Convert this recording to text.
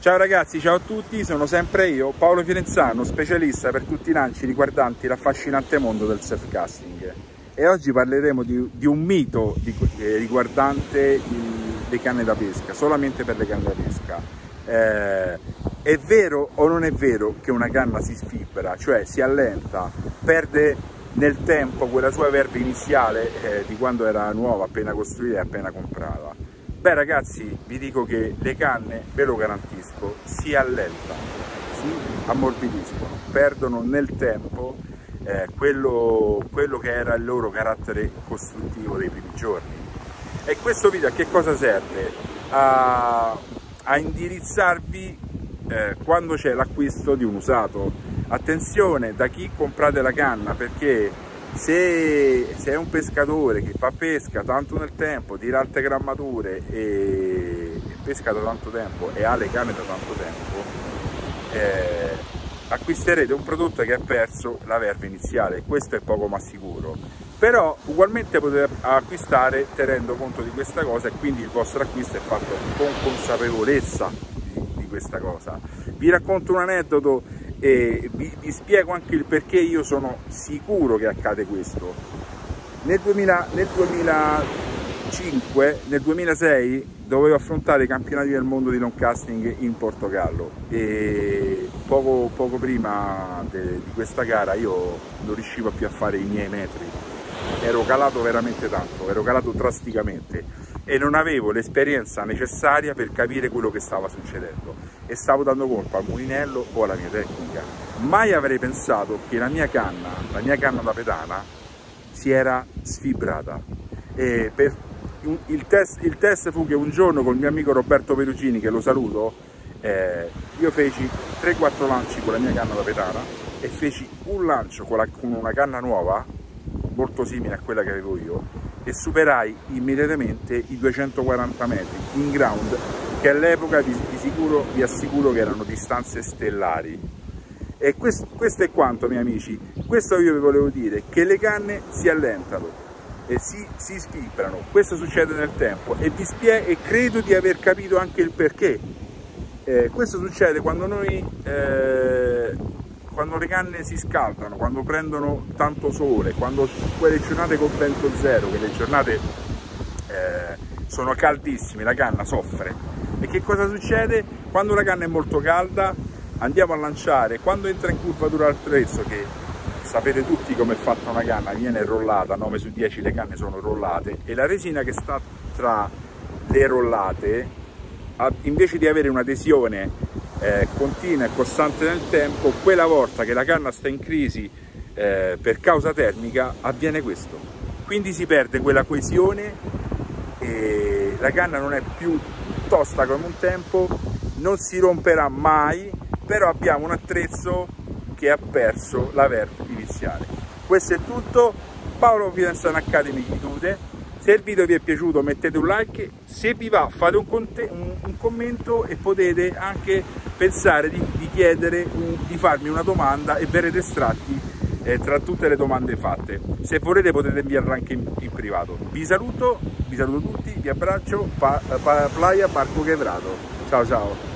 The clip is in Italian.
Ciao ragazzi, ciao a tutti, sono sempre io, Paolo Fiorenzano, specialista per tutti i lanci riguardanti l'affascinante mondo del surfcasting. E oggi parleremo di un mito riguardante le canne da pesca, solamente per le canne da pesca. È vero o non è vero che una canna si sfibra, cioè si allenta, perde nel tempo quella sua verve iniziale di quando era nuova, appena costruita e appena comprata? Beh ragazzi, vi dico che le canne, ve lo garantisco, si allentano, si ammorbidiscono, perdono nel tempo quello che era il loro carattere costruttivo dei primi giorni. E questo video a che cosa serve? A indirizzarvi quando c'è l'acquisto di un usato. Attenzione da chi comprate la canna, perché se è un pescatore che fa pesca tanto nel tempo, tira alte grammature e pesca da tanto tempo e ha le canne da tanto tempo, acquisterete un prodotto che ha perso la verve iniziale. Questo è poco ma sicuro, però ugualmente potete acquistare tenendo conto di questa cosa, e quindi il vostro acquisto è fatto con consapevolezza di questa cosa. Vi racconto un aneddoto e vi spiego anche il perché io sono sicuro che accade questo. Nel 2006 dovevo affrontare i campionati del mondo di long casting in Portogallo, e poco prima di questa gara io non riuscivo più a fare i miei metri, ero calato veramente tanto, ero calato drasticamente e non avevo l'esperienza necessaria per capire quello che stava succedendo e stavo dando colpa al mulinello o alla mia tecnica. Mai avrei pensato che la mia canna da pedana si era sfibrata. E il test fu che un giorno col mio amico Roberto Perugini, che lo saluto, io feci 3-4 lanci con la mia canna da pedana e feci un lancio con una canna nuova molto simile a quella che avevo io, e superai immediatamente i 240 metri in ground, che all'epoca vi assicuro che erano distanze stellari. E questo è quanto, miei amici. Questo io vi volevo dire, che le canne si allentano e si sfibrano. Questo succede nel tempo e e credo di aver capito anche il perché. Questo succede quando quando le canne si scaldano, quando prendono tanto sole, quando quelle giornate con vento zero, che le giornate sono caldissime, la canna soffre. E che cosa succede? Quando la canna è molto calda andiamo a lanciare, quando entra in curvatura al prezzo, che sapete tutti come è fatta una canna, viene rollata, 9 su 10 le canne sono rollate, e la resina che sta tra le rollate, invece di avere un'adesione continua e costante nel tempo, quella volta che la canna sta in crisi per causa termica avviene questo, quindi si perde quella coesione e la canna non è più tosta come un tempo, non si romperà mai, però abbiamo un attrezzo che ha perso la verve iniziale. Questo è tutto. Paolo Fiorenzano Academy chiude. Se il video vi è piaciuto mettete un like, se vi va fate un commento, e potete anche pensare di chiedere, di farmi una domanda e verrete estratti tra tutte le domande fatte. Se volete potete inviarla anche in privato. Vi saluto tutti, vi abbraccio, Playa Parco Quebrato. Ciao ciao!